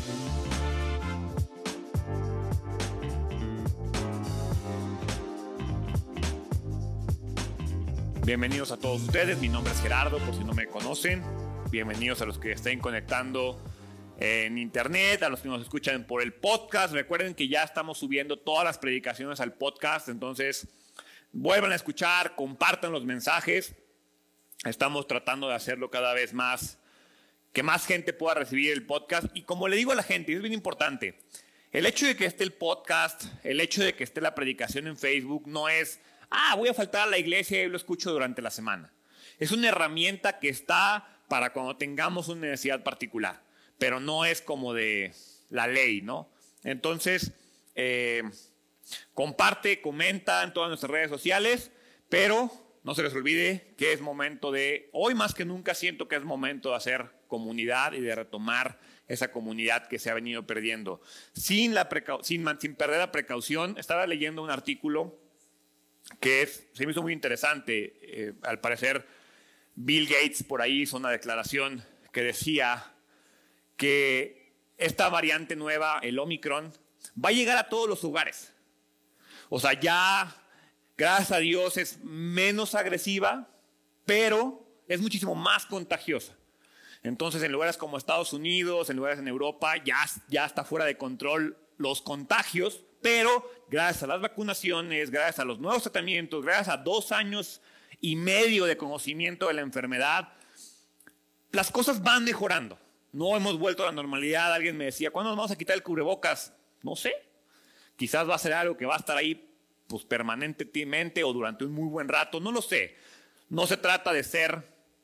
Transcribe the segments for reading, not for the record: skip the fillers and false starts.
Bienvenidos a todos ustedes, mi nombre es Gerardo, por si no me conocen. Bienvenidos a los que estén conectando en internet, a los que nos escuchan por el podcast. Recuerden que ya estamos subiendo todas las predicaciones al podcast, entonces vuelvan a escuchar, compartan los mensajes. Estamos tratando de hacerlo cada vez más, que más gente pueda recibir el podcast. Y como le digo a la gente, es bien importante, el hecho de que esté el podcast, el hecho de que esté la predicación en Facebook no es... voy a faltar a la iglesia y lo escucho durante la semana. Es una herramienta que está para cuando tengamos una necesidad particular, pero no es como de la ley, ¿no? Entonces, comparte, comenta en todas nuestras redes sociales, pero no se les olvide que es momento de, hoy más que nunca siento que es momento de hacer comunidad y de retomar esa comunidad que se ha venido perdiendo. Sin perder la precaución, estaba leyendo un artículo que se me hizo muy interesante. Al parecer, Bill Gates por ahí hizo una declaración que decía que esta variante nueva, el Omicron, va a llegar a todos los lugares. O sea, ya, gracias a Dios, es menos agresiva, pero es muchísimo más contagiosa. Entonces, en lugares como Estados Unidos, en lugares en Europa, ya está fuera de control los contagios. Pero gracias a las vacunaciones, gracias a los nuevos tratamientos, gracias a 2 años y medio de conocimiento de la enfermedad, las cosas van mejorando. No hemos vuelto a la normalidad. Alguien me decía, ¿cuándo nos vamos a quitar el cubrebocas? No sé. Quizás va a ser algo que va a estar ahí pues, permanentemente o durante un muy buen rato. No lo sé. No se trata de ser...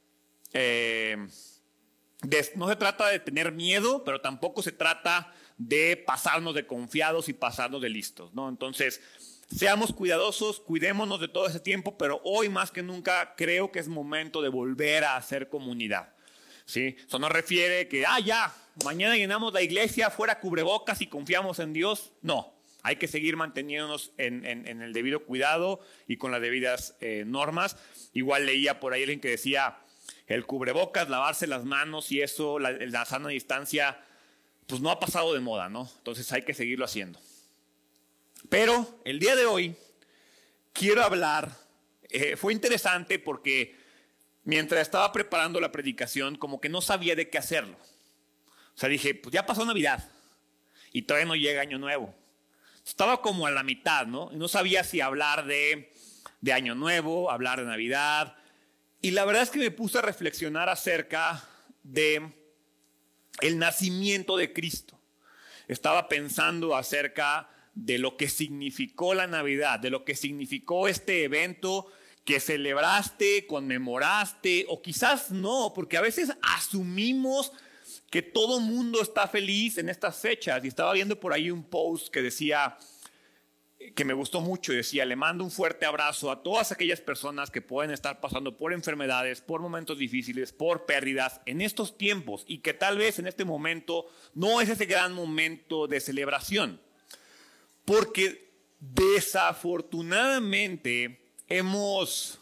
no se trata de tener miedo, pero tampoco se trata de pasarnos de confiados y pasarnos de listos, ¿no? Entonces, seamos cuidadosos, cuidémonos de todo ese tiempo, pero hoy más que nunca creo que es momento de volver a hacer comunidad, ¿sí? Eso no refiere que, mañana llenamos la iglesia, fuera cubrebocas y confiamos en Dios. No, hay que seguir manteniéndonos en el debido cuidado y con las debidas normas. Igual leía por ahí alguien que decía, el cubrebocas, lavarse las manos y eso, la sana distancia, pues no ha pasado de moda, ¿no? Entonces hay que seguirlo haciendo. Pero el día de hoy quiero hablar, fue interesante porque mientras estaba preparando la predicación, como que no sabía de qué hacerlo. O sea, dije, pues ya pasó Navidad y todavía no llega Año Nuevo. Estaba como a la mitad, ¿no? Y no sabía si hablar de Año Nuevo, hablar de Navidad. Y la verdad es que me puse a reflexionar acerca de el nacimiento de Cristo. Estaba pensando acerca de lo que significó la Navidad, de lo que significó este evento que celebraste, conmemoraste, o quizás no, porque a veces asumimos que todo mundo está feliz en estas fechas. Y estaba viendo por ahí un post que decía, que me gustó mucho, y decía, le mando un fuerte abrazo a todas aquellas personas que pueden estar pasando por enfermedades, por momentos difíciles, por pérdidas en estos tiempos, y que tal vez en este momento no es ese gran momento de celebración, porque desafortunadamente hemos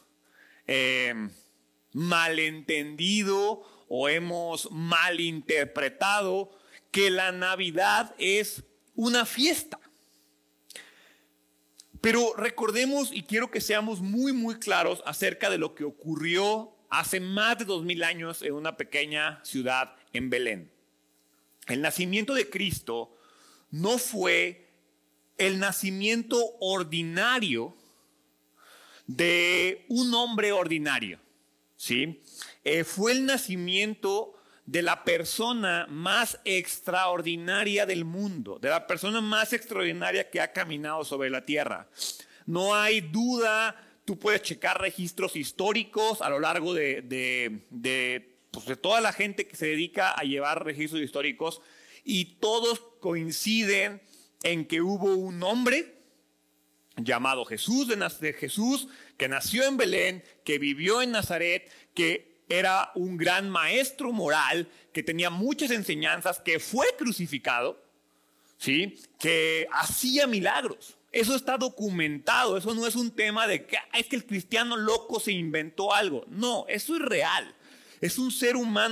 malentendido o hemos malinterpretado que la Navidad es una fiesta. Pero recordemos, y quiero que seamos muy, muy claros acerca de lo que ocurrió hace más de 2000 años en una pequeña ciudad en Belén. El nacimiento de Cristo no fue el nacimiento ordinario de un hombre ordinario, ¿sí? Fue el nacimiento de la persona más extraordinaria del mundo, de la persona más extraordinaria que ha caminado sobre la tierra. No hay duda, tú puedes checar registros históricos a lo largo de toda la gente que se dedica a llevar registros históricos, y todos coinciden en que hubo un hombre llamado Jesús, Jesús, que nació en Belén, que vivió en Nazaret, que era un gran maestro moral, que tenía muchas enseñanzas, que fue crucificado, ¿sí? Que hacía milagros. Eso está documentado. Eso no es un tema de que es que el cristiano loco se inventó algo. No, eso es real. Es un ser humano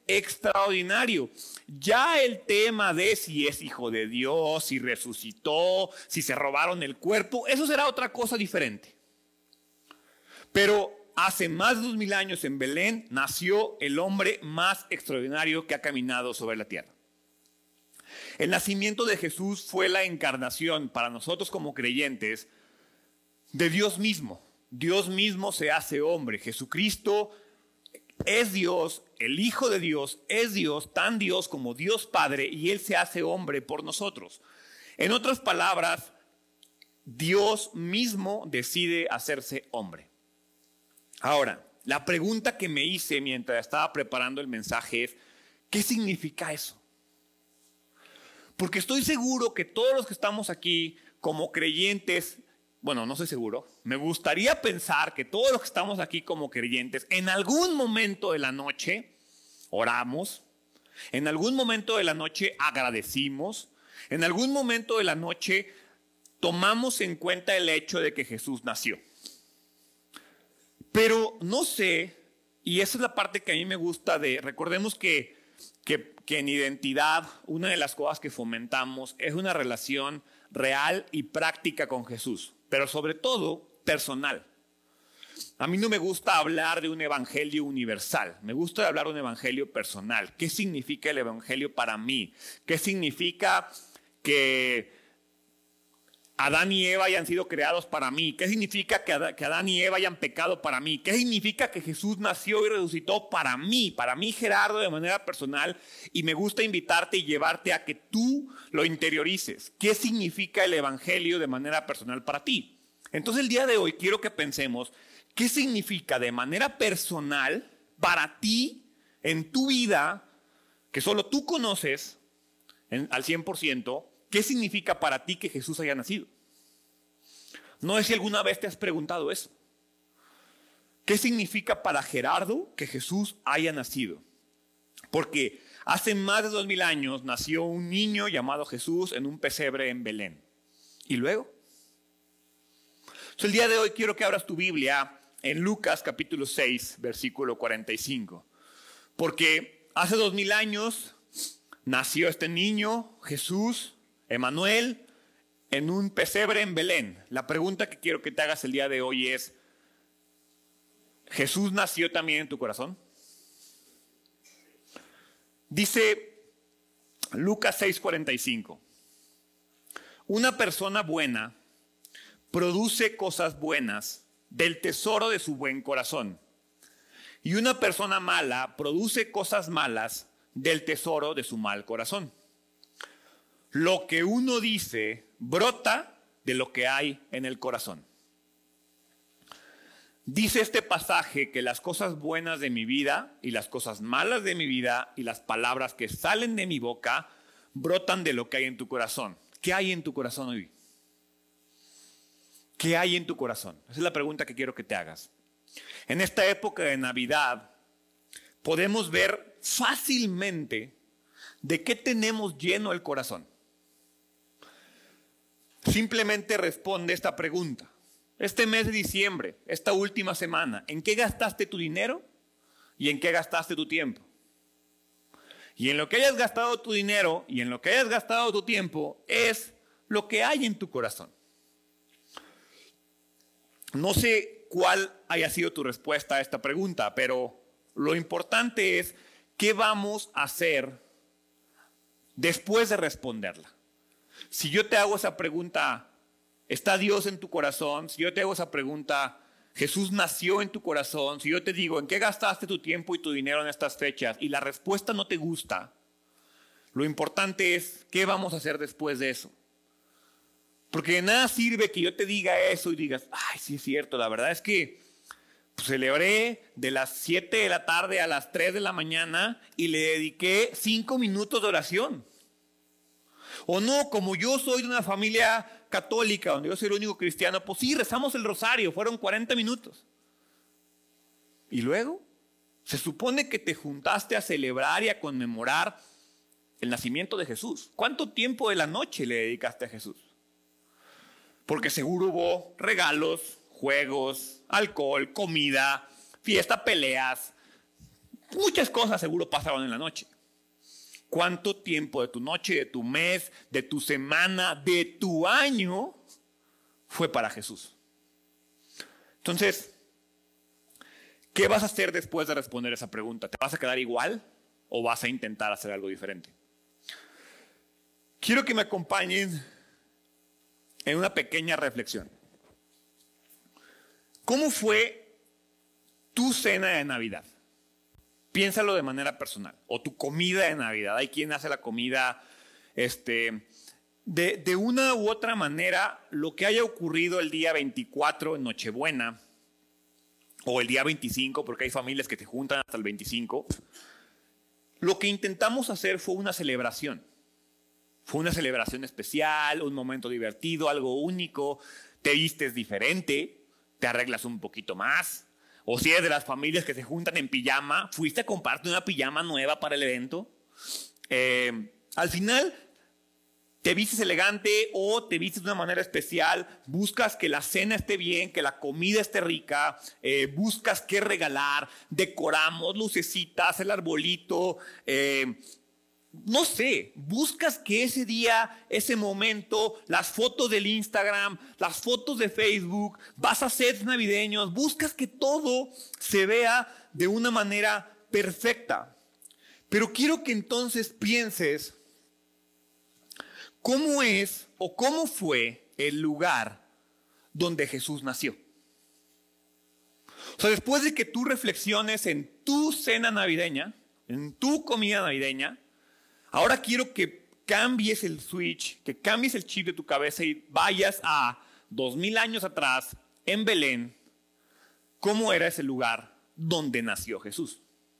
extraordinario. Ya el tema de si es hijo de Dios, si resucitó, si se robaron el cuerpo, eso será otra cosa diferente. Pero hace más de 2000 años en Belén nació el hombre más extraordinario que ha caminado sobre la tierra. El nacimiento de Jesús fue la encarnación para nosotros como creyentes de Dios mismo. Dios mismo se hace hombre. Jesucristo es Dios, el Hijo de Dios es Dios, tan Dios como Dios Padre, y Él se hace hombre por nosotros. En otras palabras, Dios mismo decide hacerse hombre. Ahora, la pregunta que me hice mientras estaba preparando el mensaje es, ¿qué significa eso? Porque estoy seguro que todos los que estamos aquí como creyentes, bueno, no estoy seguro, me gustaría pensar que todos los que estamos aquí como creyentes, en algún momento de la noche oramos, en algún momento de la noche agradecimos, en algún momento de la noche tomamos en cuenta el hecho de que Jesús nació. Pero no sé, y esa es la parte que a mí me gusta recordemos que en identidad, una de las cosas que fomentamos es una relación real y práctica con Jesús, pero sobre todo personal. A mí no me gusta hablar de un evangelio universal, me gusta hablar de un evangelio personal. ¿Qué significa el evangelio para mí? ¿Qué significa que Adán y Eva hayan sido creados para mí? ¿Qué significa que Adán y Eva hayan pecado para mí? ¿Qué significa que Jesús nació y resucitó para mí Gerardo, de manera personal? Y me gusta invitarte y llevarte a que tú lo interiorices. ¿Qué significa el evangelio de manera personal para ti? Entonces el día de hoy quiero que pensemos qué significa de manera personal para ti, en tu vida, que solo tú conoces al 100%, ¿qué significa para ti que Jesús haya nacido? No sé si alguna vez te has preguntado eso. ¿Qué significa para Gerardo que Jesús haya nacido? Porque hace más de 2000 años nació un niño llamado Jesús en un pesebre en Belén. ¿Y luego? El día de hoy quiero que abras tu Biblia en Lucas capítulo 6, versículo 45. Porque hace 2000 años nació este niño, Jesús, Emanuel, en un pesebre en Belén. La pregunta que quiero que te hagas el día de hoy es, ¿Jesús nació también en tu corazón? Dice Lucas 6:45. Una persona buena produce cosas buenas del tesoro de su buen corazón. Y una persona mala produce cosas malas del tesoro de su mal corazón. Lo que uno dice brota de lo que hay en el corazón. Dice este pasaje que las cosas buenas de mi vida y las cosas malas de mi vida y las palabras que salen de mi boca brotan de lo que hay en tu corazón. ¿Qué hay en tu corazón hoy? ¿Qué hay en tu corazón? Esa es la pregunta que quiero que te hagas. En esta época de Navidad podemos ver fácilmente de qué tenemos lleno el corazón. Simplemente responde esta pregunta. Este mes de diciembre, esta última semana, ¿en qué gastaste tu dinero y en qué gastaste tu tiempo? Y en lo que hayas gastado tu dinero y en lo que hayas gastado tu tiempo es lo que hay en tu corazón. No sé cuál haya sido tu respuesta a esta pregunta, pero lo importante es qué vamos a hacer después de responderla. Si yo te hago esa pregunta, ¿está Dios en tu corazón? Si yo te hago esa pregunta, ¿Jesús nació en tu corazón? Si yo te digo, ¿en qué gastaste tu tiempo y tu dinero en estas fechas? Y la respuesta no te gusta, lo importante es, ¿qué vamos a hacer después de eso? Porque de nada sirve que yo te diga eso y digas, ay, sí es cierto, la verdad es que celebré de las 7 de la tarde a las 3 de la mañana y le dediqué 5 minutos de oración. O no, como yo soy de una familia católica, donde yo soy el único cristiano, pues sí, rezamos el rosario, fueron 40 minutos. Y luego, se supone que te juntaste a celebrar y a conmemorar el nacimiento de Jesús. ¿Cuánto tiempo de la noche le dedicaste a Jesús? Porque seguro hubo regalos, juegos, alcohol, comida, fiesta, peleas, Muchas cosas seguro pasaron en la noche. ¿Cuánto tiempo de tu noche, de tu mes, de tu semana, de tu año fue para Jesús? Entonces, ¿qué vas a hacer después de responder esa pregunta? ¿Te vas a quedar igual o vas a intentar hacer algo diferente? Quiero que me acompañen en una pequeña reflexión. ¿Cómo fue tu cena de Navidad? Piénsalo de manera personal. O tu comida de Navidad. Hay quien hace la comida de una u otra manera. Lo que haya ocurrido el día 24 en Nochebuena o el día 25, porque hay familias que se juntan hasta el 25. Lo que intentamos hacer fue una celebración. Fue una celebración especial, un momento divertido, algo único. Te vistes diferente, te arreglas un poquito más. O si eres de las familias que se juntan en pijama, fuiste a comprarte una pijama nueva para el evento. Al final, te vistes elegante o te vistes de una manera especial. Buscas que la cena esté bien, que la comida esté rica. Buscas qué regalar. Decoramos lucecitas, el arbolito. No sé, buscas que ese día, ese momento, las fotos del Instagram, las fotos de Facebook, vas a sets navideños, buscas que todo se vea de una manera perfecta. Pero quiero que entonces pienses cómo es o cómo fue el lugar donde Jesús nació. O sea, después de que tú reflexiones en tu cena navideña, en tu comida navideña, ahora quiero que cambies el switch, que cambies el chip de tu cabeza y vayas a 2000 años atrás, en Belén, cómo era ese lugar donde nació Jesús.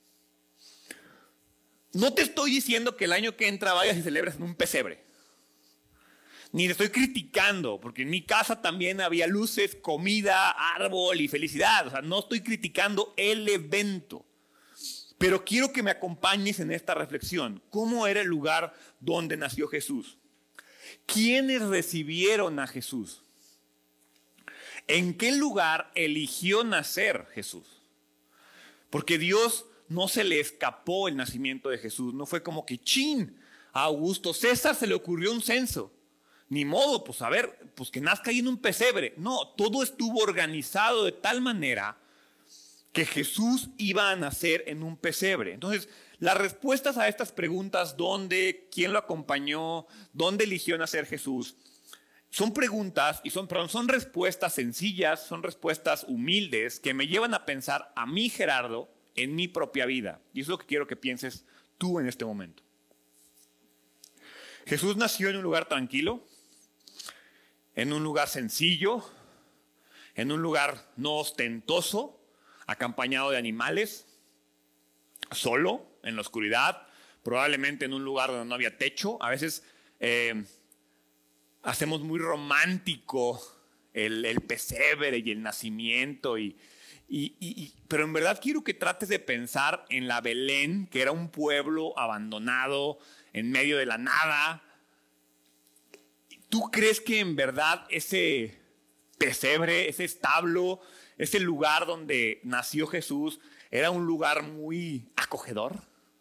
No te estoy diciendo que el año que entra vayas y celebres en un pesebre. Ni te estoy criticando, porque en mi casa también había luces, comida, árbol y felicidad. O sea, no estoy criticando el evento. Pero quiero que me acompañes en esta reflexión. ¿Cómo era el lugar donde nació Jesús? ¿Quiénes recibieron a Jesús? ¿En qué lugar eligió nacer Jesús? Porque Dios no se le escapó el nacimiento de Jesús. No fue como que chin, a Augusto César se le ocurrió un censo. Ni modo, pues a ver, pues que nazca ahí en un pesebre. No, todo estuvo organizado de tal manera que Jesús iba a nacer en un pesebre. Entonces, las respuestas a estas preguntas, ¿dónde? ¿Quién lo acompañó? ¿Dónde eligió nacer Jesús? Son preguntas y son respuestas sencillas, son respuestas humildes que me llevan a pensar a mí, Gerardo, en mi propia vida. Y eso es lo que quiero que pienses tú en este momento. Jesús nació en un lugar tranquilo, en un lugar sencillo, en un lugar no ostentoso, acompañado de animales, solo, en la oscuridad, probablemente en un lugar donde no había techo. A veces hacemos muy romántico el pesebre y el nacimiento, pero en verdad quiero que trates de pensar en la Belén, que era un pueblo abandonado en medio de la nada. ¿Tú crees que en verdad ese pesebre, ese establo, ese lugar donde nació Jesús era un lugar muy acogedor?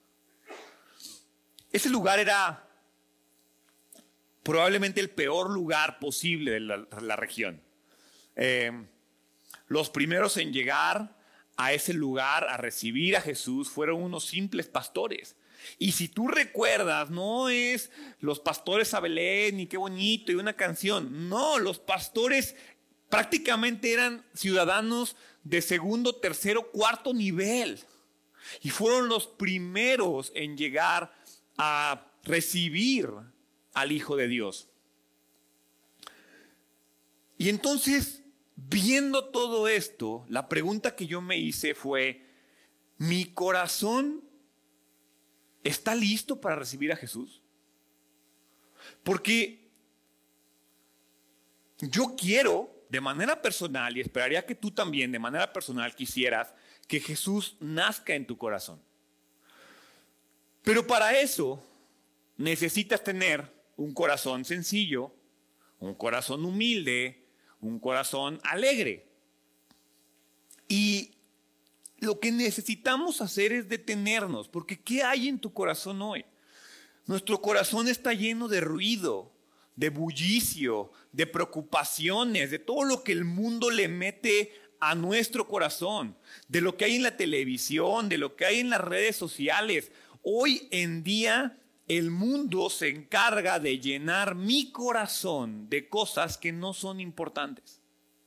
Ese lugar era probablemente el peor lugar posible de la región. Los primeros en llegar a ese lugar a recibir a Jesús fueron unos simples pastores. Y si tú recuerdas, no es los pastores a Belén y qué bonito y una canción. No, los pastores prácticamente eran ciudadanos de segundo, tercero, cuarto nivel. Y fueron los primeros en llegar a recibir al Hijo de Dios. Y entonces, viendo todo esto, la pregunta que yo me hice fue, ¿mi corazón está listo para recibir a Jesús? Porque yo quiero, de manera personal, y esperaría que tú también de manera personal quisieras que Jesús nazca en tu corazón. Pero para eso necesitas tener un corazón sencillo, un corazón humilde, un corazón alegre. Y lo que necesitamos hacer es detenernos, porque ¿qué hay en tu corazón hoy? Nuestro corazón está lleno de ruido, de bullicio, de preocupaciones, de todo lo que el mundo le mete a nuestro corazón, de lo que hay en la televisión, de lo que hay en las redes sociales. Hoy en día el mundo se encarga de llenar mi corazón de cosas que no son importantes.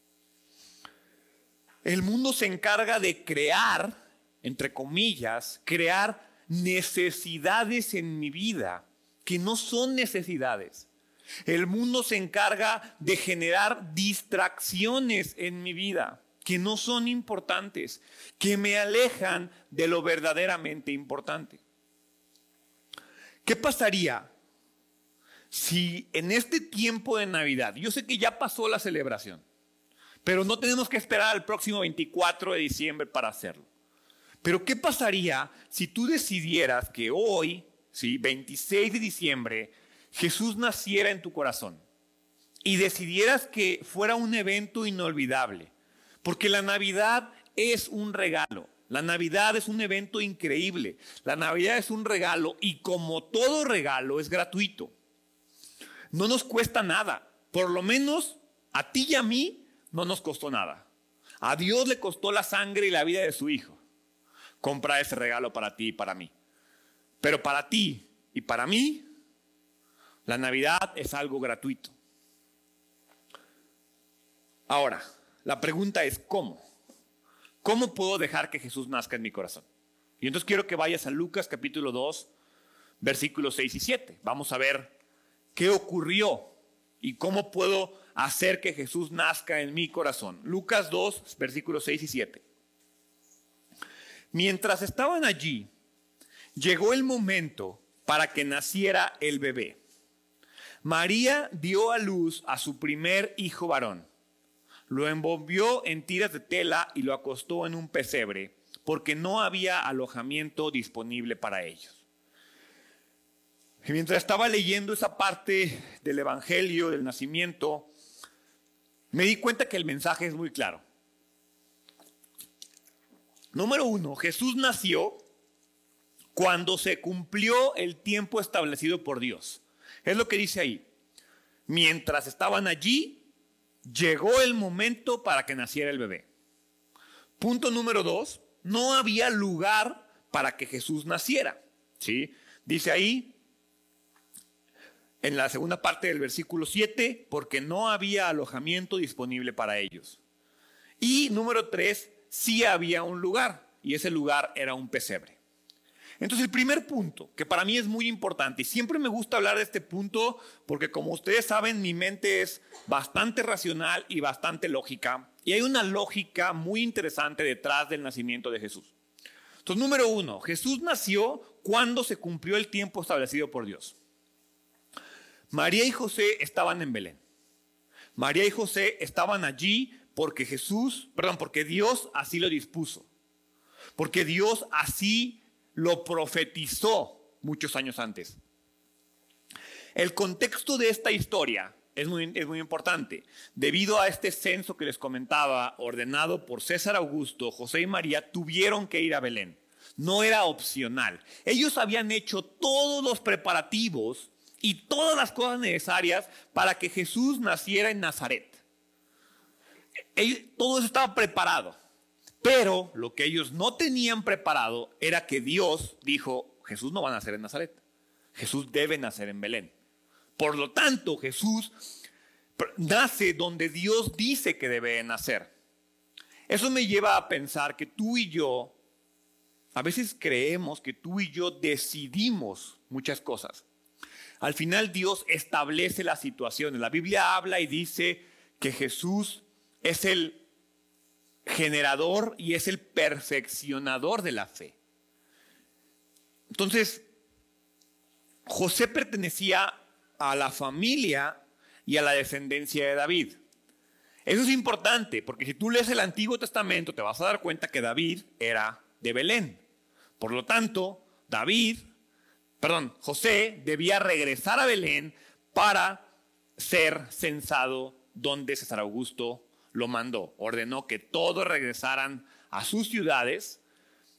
El mundo se encarga de crear, entre comillas, crear necesidades en mi vida que no son necesidades. El mundo se encarga de generar distracciones en mi vida que no son importantes, que me alejan de lo verdaderamente importante. ¿Qué pasaría si en este tiempo de Navidad, yo sé que ya pasó la celebración, pero no tenemos que esperar al próximo 24 de diciembre para hacerlo? Pero ¿qué pasaría si tú decidieras que hoy, ¿sí?, 26 de diciembre, Jesús naciera en tu corazón y decidieras que fuera un evento inolvidable? Porque la Navidad es un regalo. La Navidad es un evento increíble. La Navidad es un regalo y como todo regalo es gratuito. No nos cuesta nada. Por lo menos a ti y a mí no nos costó nada. A Dios le costó la sangre y la vida de su Hijo comprar ese regalo para ti y para mí. Pero para ti y para mí, la Navidad es algo gratuito. Ahora, la pregunta es ¿cómo? ¿Cómo puedo dejar que Jesús nazca en mi corazón? Y entonces quiero que vayas a Lucas capítulo 2, versículos 6 y 7. Vamos a ver qué ocurrió y cómo puedo hacer que Jesús nazca en mi corazón. Lucas 2, versículos 6 y 7. Mientras estaban allí, llegó el momento para que naciera el bebé. María dio a luz a su primer hijo varón. Lo envolvió en tiras de tela y lo acostó en un pesebre, porque no había alojamiento disponible para ellos. Y mientras estaba leyendo esa parte del Evangelio, del nacimiento, me di cuenta que el mensaje es muy claro. Número 1, Jesús nació cuando se cumplió el tiempo establecido por Dios. Es lo que dice ahí. Mientras estaban allí, llegó el momento para que naciera el bebé. Punto número 2, no había lugar para que Jesús naciera. ¿Sí? Dice ahí, en la segunda parte del versículo 7, porque no había alojamiento disponible para ellos. Y número 3, sí había un lugar, y ese lugar era un pesebre. Entonces el primer punto, que para mí es muy importante, y siempre me gusta hablar de este punto, porque como ustedes saben, mi mente es bastante racional y bastante lógica, y hay una lógica muy interesante detrás del nacimiento de Jesús. Entonces, número 1, Jesús nació cuando se cumplió el tiempo establecido por Dios. María y José estaban en Belén. María y José estaban allí porque Dios así lo dispuso. Porque Dios así lo profetizó muchos años antes. El contexto de esta historia es muy importante. Debido a este censo que les comentaba, ordenado por César Augusto, José y María tuvieron que ir a Belén. No era opcional. Ellos habían hecho todos los preparativos y todas las cosas necesarias para que Jesús naciera en Nazaret. Todo eso estaba preparado. Pero lo que ellos no tenían preparado era que Dios dijo, Jesús no va a nacer en Nazaret. Jesús debe nacer en Belén. Por lo tanto, Jesús nace donde Dios dice que debe nacer. Eso me lleva a pensar que tú y yo, a veces creemos que tú y yo decidimos muchas cosas. Al final Dios establece las situaciones. La Biblia habla y dice que Jesús es el generador y es el perfeccionador de la fe. Entonces, José pertenecía a la familia y a la descendencia de David. Eso es importante, porque si tú lees el Antiguo Testamento te vas a dar cuenta que David era de Belén. Por lo tanto, José debía regresar a Belén para ser censado donde César Augusto lo mandó. Ordenó que todos regresaran a sus ciudades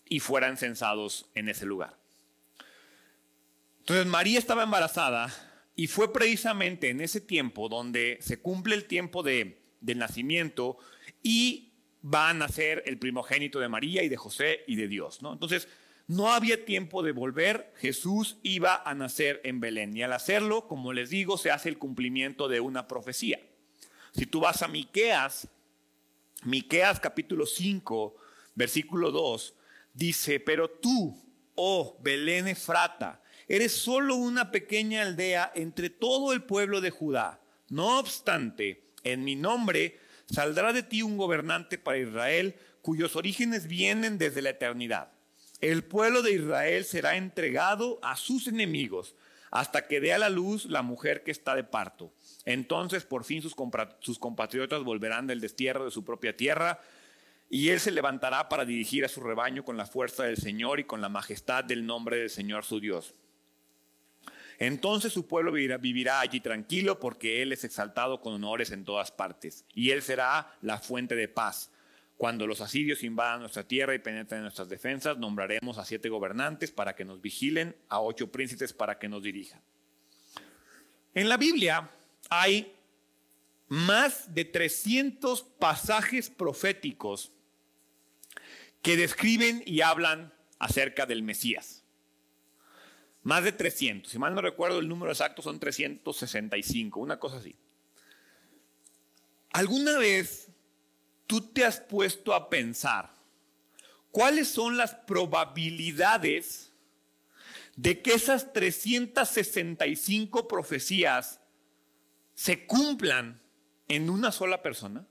y fueran censados en ese lugar. Entonces María estaba embarazada y fue precisamente en ese tiempo donde se cumple el tiempo del nacimiento y va a nacer el primogénito de María y de José y de Dios, ¿no? Entonces no había tiempo de volver, Jesús iba a nacer en Belén y al hacerlo, como les digo, se hace el cumplimiento de una profecía. Si tú vas a Miqueas capítulo 5, versículo 2, dice: pero tú, oh Belén Efrata, eres solo una pequeña aldea entre todo el pueblo de Judá. No obstante, en mi nombre saldrá de ti un gobernante para Israel, cuyos orígenes vienen desde la eternidad. El pueblo de Israel será entregado a sus enemigos hasta que dé a la luz la mujer que está de parto. Entonces por fin sus compatriotas volverán del destierro de su propia tierra y él se levantará para dirigir a su rebaño con la fuerza del Señor y con la majestad del nombre del Señor su Dios. Entonces su pueblo vivirá allí tranquilo porque él es exaltado con honores en todas partes y él será la fuente de paz. Cuando los asirios invadan nuestra tierra y penetren en nuestras defensas, nombraremos a 7 gobernantes para que nos vigilen, a 8 príncipes para que nos dirijan. En la Biblia hay más de 300 pasajes proféticos que describen y hablan acerca del Mesías. Más de 300. Si mal no recuerdo el número exacto, son 365, una cosa así. ¿Alguna vez tú te has puesto a pensar cuáles son las probabilidades de que esas 365 profecías se cumplan en una sola persona?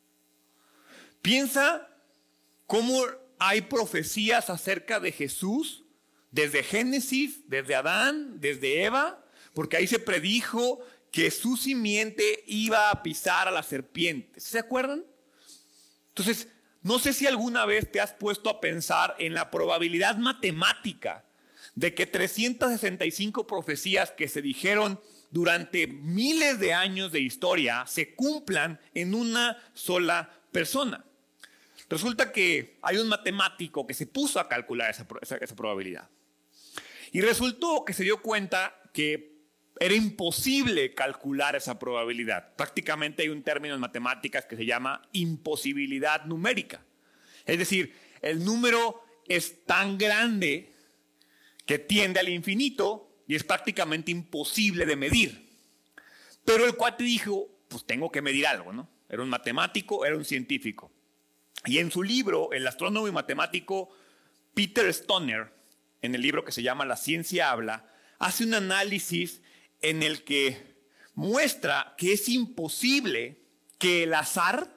Piensa cómo hay profecías acerca de Jesús desde Génesis, desde Adán, desde Eva, porque ahí se predijo que su simiente iba a pisar a la serpiente. ¿Se acuerdan? Entonces, no sé si alguna vez te has puesto a pensar en la probabilidad matemática de que 365 profecías que se dijeron durante miles de años de historia se cumplan en una sola persona. Resulta que hay un matemático que se puso a calcular esa probabilidad. Y resultó que se dio cuenta que era imposible calcular esa probabilidad. Prácticamente hay un término en matemáticas que se llama imposibilidad numérica. Es decir, el número es tan grande que tiende al infinito y es prácticamente imposible de medir. Pero el cuate dijo, pues tengo que medir algo, ¿no? Era un matemático, era un científico. Y en su libro, el astrónomo y matemático Peter Stoner, en el libro que se llama La ciencia habla, hace un análisis en el que muestra que es imposible que el azar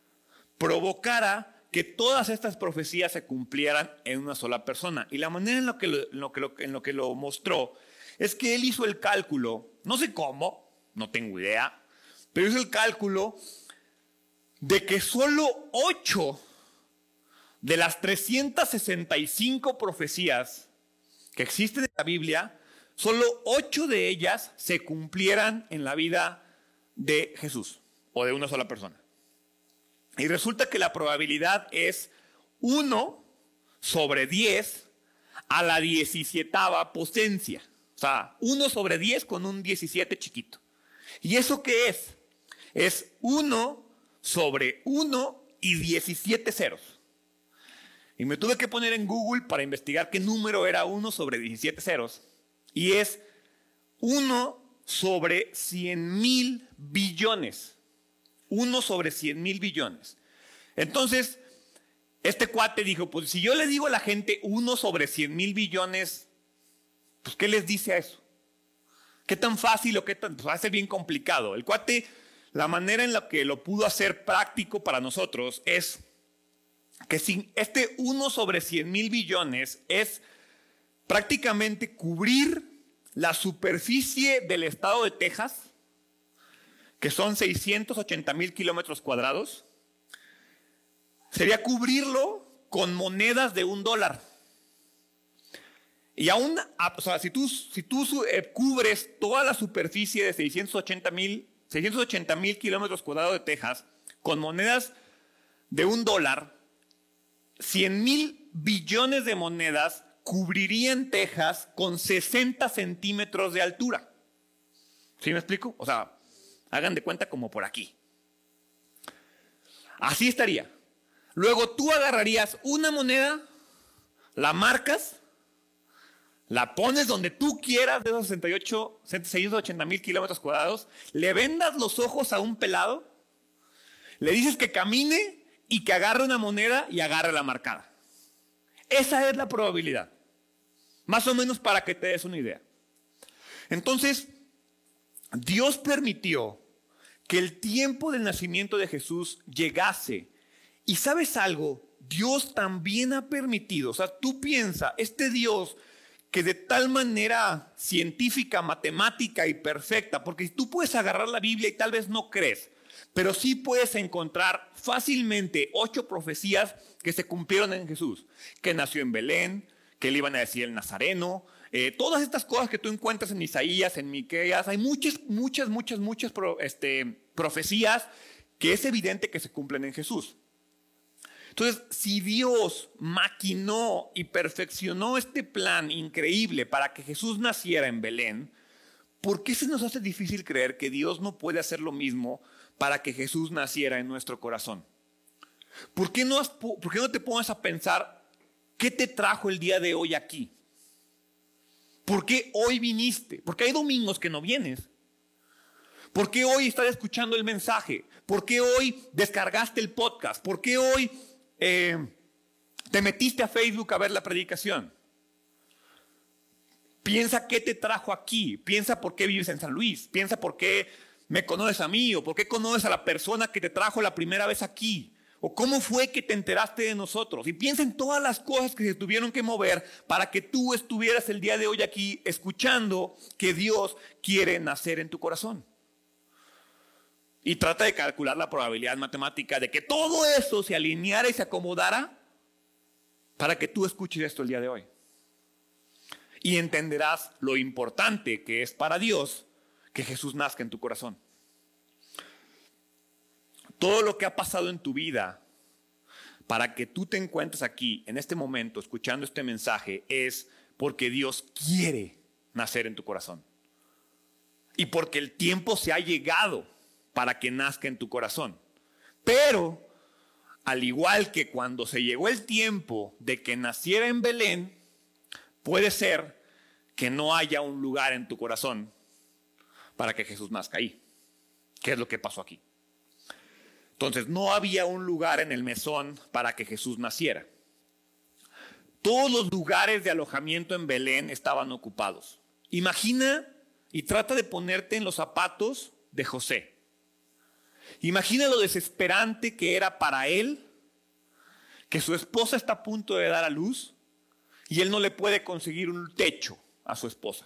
provocara que todas estas profecías se cumplieran en una sola persona. Y la manera en lo que lo mostró es que él hizo el cálculo, no sé cómo, no tengo idea, pero hizo el cálculo de que solo 8 de las 365 profecías que existen en la Biblia, solo 8 de ellas se cumplieran en la vida de Jesús o de una sola persona. Y resulta que la probabilidad es 1 sobre 10 a la 17ª potencia. O sea, 1 sobre 10 con un 17 chiquito. ¿Y eso qué es? Es 1 sobre 1 y 17 ceros. Y me tuve que poner en Google para investigar qué número era 1 sobre 17 ceros. Y es 1 sobre 100,000 billones. 1 sobre 100,000 billones. Entonces, este cuate dijo, pues si yo le digo a la gente 1 sobre 100,000 billones, pues ¿qué les dice a eso? ¿Qué tan fácil o qué tan? Pues va a ser bien complicado. El cuate, la manera en la que lo pudo hacer práctico para nosotros es que si este 1 sobre 100,000 billones es prácticamente cubrir la superficie del estado de Texas, que son 680,000 kilómetros cuadrados, sería cubrirlo con monedas de $1. Y aún, o sea, si tú cubres toda la superficie de 680,000 kilómetros cuadrados de Texas con monedas de $1, 100,000 billones de monedas cubrirían Texas con 60 centímetros de altura. ¿Sí me explico? O sea, hagan de cuenta como por aquí. Así estaría. Luego tú agarrarías una moneda, la marcas, la pones donde tú quieras de esos 680,000 kilómetros cuadrados, le vendas los ojos a un pelado, le dices que camine y que agarre una moneda y agarre la marcada. Esa es la probabilidad. Más o menos para que te des una idea. Entonces, Dios permitió que el tiempo del nacimiento de Jesús llegase. Y ¿sabes algo? Dios también ha permitido, o sea, tú piensas, este Dios que de tal manera científica, matemática y perfecta, porque tú puedes agarrar la Biblia y tal vez no crees, pero sí puedes encontrar fácilmente 8 profecías que se cumplieron en Jesús, que nació en Belén, que le iban a decir el Nazareno, todas estas cosas que tú encuentras en Isaías, en Miqueas, hay muchas profecías que es evidente que se cumplen en Jesús. Entonces, si Dios maquinó y perfeccionó este plan increíble para que Jesús naciera en Belén, ¿por qué se nos hace difícil creer que Dios no puede hacer lo mismo para que Jesús naciera en nuestro corazón? ¿Por qué no te pones a pensar qué te trajo el día de hoy aquí? ¿Por qué hoy viniste? Porque hay domingos que no vienes. ¿Por qué hoy estás escuchando el mensaje? ¿Por qué hoy descargaste el podcast? ¿Por qué hoy te metiste a Facebook a ver la predicación? Piensa qué te trajo aquí. Piensa por qué vives en San Luis. Piensa por qué me conoces a mí o por qué conoces a la persona que te trajo la primera vez aquí. O cómo fue que te enteraste de nosotros. Y piensa en todas las cosas que se tuvieron que mover para que tú estuvieras el día de hoy aquí escuchando que Dios quiere nacer en tu corazón. Y trata de calcular la probabilidad matemática de que todo eso se alineara y se acomodara para que tú escuches esto el día de hoy. Y entenderás lo importante que es para Dios que Jesús nazca en tu corazón. Todo lo que ha pasado en tu vida para que tú te encuentres aquí, en este momento, escuchando este mensaje, es porque Dios quiere nacer en tu corazón. Y porque el tiempo se ha llegado para que nazca en tu corazón. Pero, al igual que cuando se llegó el tiempo de que naciera en Belén, puede ser que no haya un lugar en tu corazón para que Jesús nazca ahí. ¿Qué es lo que pasó aquí? Entonces, no había un lugar en el mesón para que Jesús naciera. Todos los lugares de alojamiento en Belén estaban ocupados. Imagina y trata de ponerte en los zapatos de José. Imagina lo desesperante que era para él, que su esposa está a punto de dar a luz y él no le puede conseguir un techo a su esposa.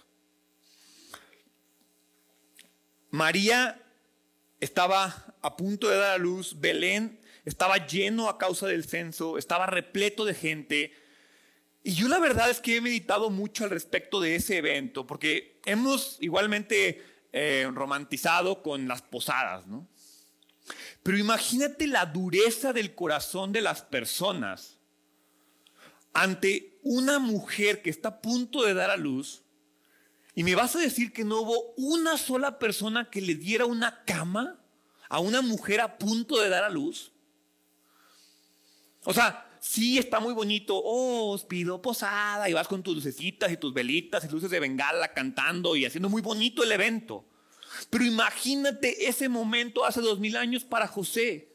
María estaba a punto de dar a luz, Belén estaba lleno a causa del censo, estaba repleto de gente. Y yo la verdad es que he meditado mucho al respecto de ese evento, porque hemos igualmente romantizado con las posadas, ¿no? Pero imagínate la dureza del corazón de las personas ante una mujer que está a punto de dar a luz. ¿Y me vas a decir que no hubo una sola persona que le diera una cama a una mujer a punto de dar a luz? O sea, sí está muy bonito. Oh, os pido posada. Y vas con tus lucecitas y tus velitas y luces de bengala cantando y haciendo muy bonito el evento. Pero imagínate ese momento hace 2000 años para José.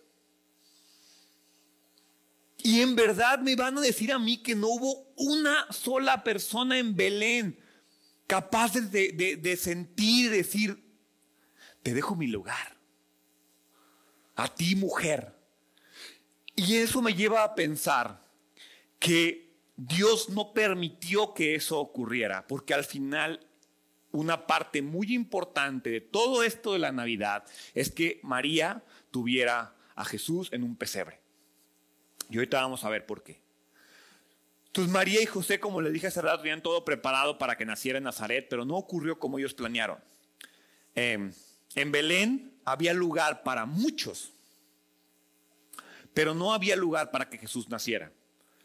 Y en verdad me van a decir a mí que no hubo una sola persona en Belén capaz de sentir, decir, te dejo mi lugar. A ti, mujer. Y eso me lleva a pensar que Dios no permitió que eso ocurriera, porque al final una parte muy importante de todo esto de la Navidad es que María tuviera a Jesús en un pesebre. Y ahorita vamos a ver por qué. Entonces María y José, como les dije hace rato, tenían todo preparado para que naciera en Nazaret, pero no ocurrió como ellos planearon. En Belén había lugar para muchos, pero no había lugar para que Jesús naciera.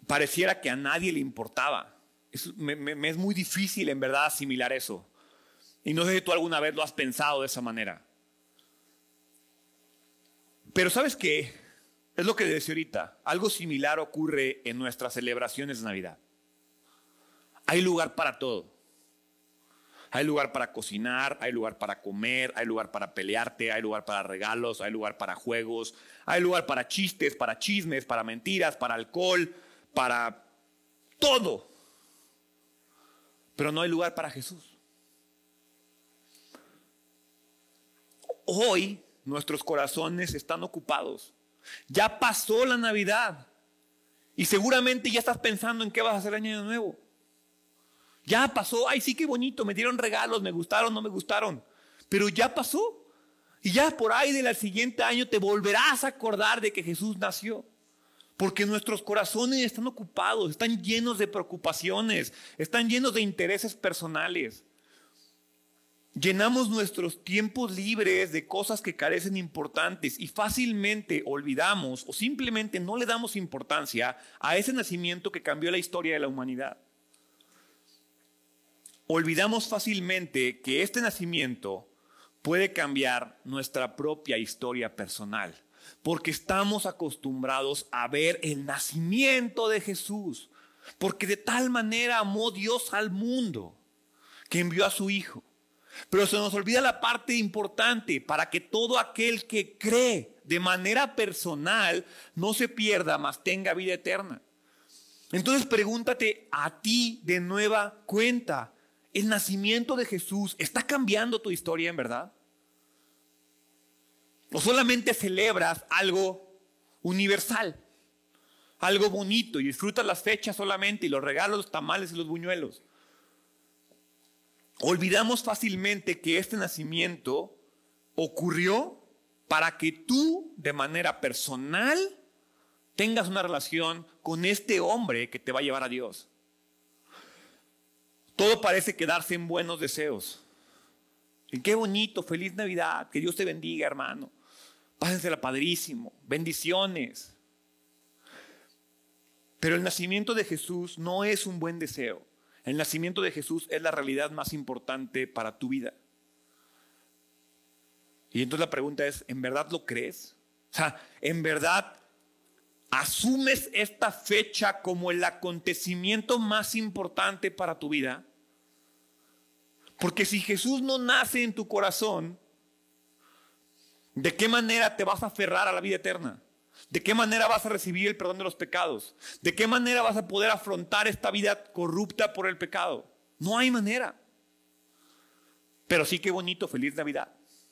pareciera que a nadie le importaba. Me es muy difícil en verdad asimilar eso. Y no sé si tú alguna vez lo has pensado de esa manera. Pero ¿sabes qué? Es lo que decía ahorita. Algo similar ocurre en nuestras celebraciones de Navidad. Hay lugar para todo. Hay lugar para cocinar, hay lugar para comer, hay lugar para pelearte, hay lugar para regalos, hay lugar para juegos, hay lugar para chistes, para chismes, para mentiras, para alcohol, para todo. Pero no hay lugar para Jesús. Hoy nuestros corazones están ocupados. Ya pasó la Navidad y seguramente ya estás pensando en qué vas a hacer el año nuevo. Ya pasó, ay sí, qué bonito, me dieron regalos, me gustaron, no me gustaron. Pero ya pasó. Y ya por ahí del siguiente año te volverás a acordar de que Jesús nació. Porque nuestros corazones están ocupados, están llenos de preocupaciones, están llenos de intereses personales. Llenamos nuestros tiempos libres de cosas que carecen importantes y fácilmente olvidamos o simplemente no le damos importancia a ese nacimiento que cambió la historia de la humanidad. Olvidamos fácilmente que este nacimiento puede cambiar nuestra propia historia personal, porque estamos acostumbrados a ver el nacimiento de Jesús, porque de tal manera amó Dios al mundo que envió a su Hijo. Pero se nos olvida la parte importante para que todo aquel que cree de manera personal no se pierda, mas tenga vida eterna. Entonces pregúntate a ti de nueva cuenta. ¿El nacimiento de Jesús está cambiando tu historia en verdad? ¿O solamente celebras algo universal? Algo bonito y disfrutas las fechas solamente y los regalos, los tamales y los buñuelos. Olvidamos fácilmente que este nacimiento ocurrió para que tú de manera personal tengas una relación con este hombre que te va a llevar a Dios. Todo parece quedarse en buenos deseos. Y qué bonito, feliz Navidad, que Dios te bendiga, hermano. Pásensela padrísimo, bendiciones. Pero el nacimiento de Jesús no es un buen deseo. El nacimiento de Jesús es la realidad más importante para tu vida. Y entonces la pregunta es, ¿en verdad lo crees? O sea, ¿en verdad asumes esta fecha como el acontecimiento más importante para tu vida? Porque si Jesús no nace en tu corazón, ¿de qué manera te vas a aferrar a la vida eterna? ¿De qué manera vas a recibir el perdón de los pecados? ¿De qué manera vas a poder afrontar esta vida corrupta por el pecado? No hay manera. Pero sí, qué bonito, feliz Navidad.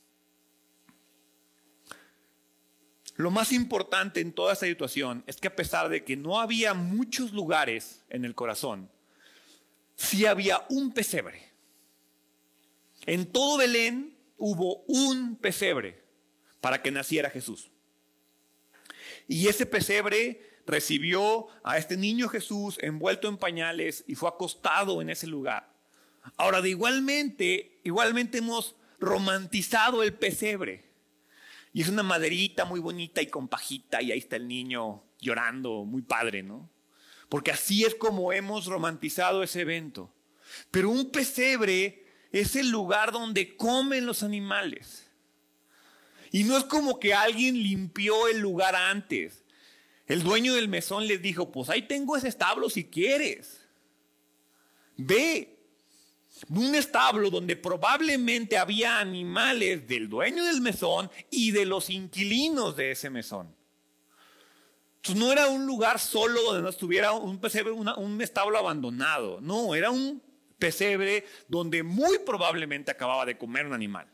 Lo más importante en toda esta situación es que a pesar de que no había muchos lugares en el corazón, sí había un pesebre. En todo Belén hubo un pesebre para que naciera Jesús. Y ese pesebre recibió a este niño Jesús envuelto en pañales y fue acostado en ese lugar. Ahora, igualmente hemos romantizado el pesebre. Y es una maderita muy bonita y con pajita y ahí está el niño llorando, muy padre, ¿no? Porque así es como hemos romantizado ese evento. Pero un pesebre es el lugar donde comen los animales. Y no es como que alguien limpió el lugar antes. El dueño del mesón les dijo, pues ahí tengo ese establo si quieres. Ve, un establo donde probablemente había animales del dueño del mesón y de los inquilinos de ese mesón. Entonces no era un lugar solo donde no estuviera un pesebre, un establo abandonado. No, era un pesebre donde muy probablemente acababa de comer un animal.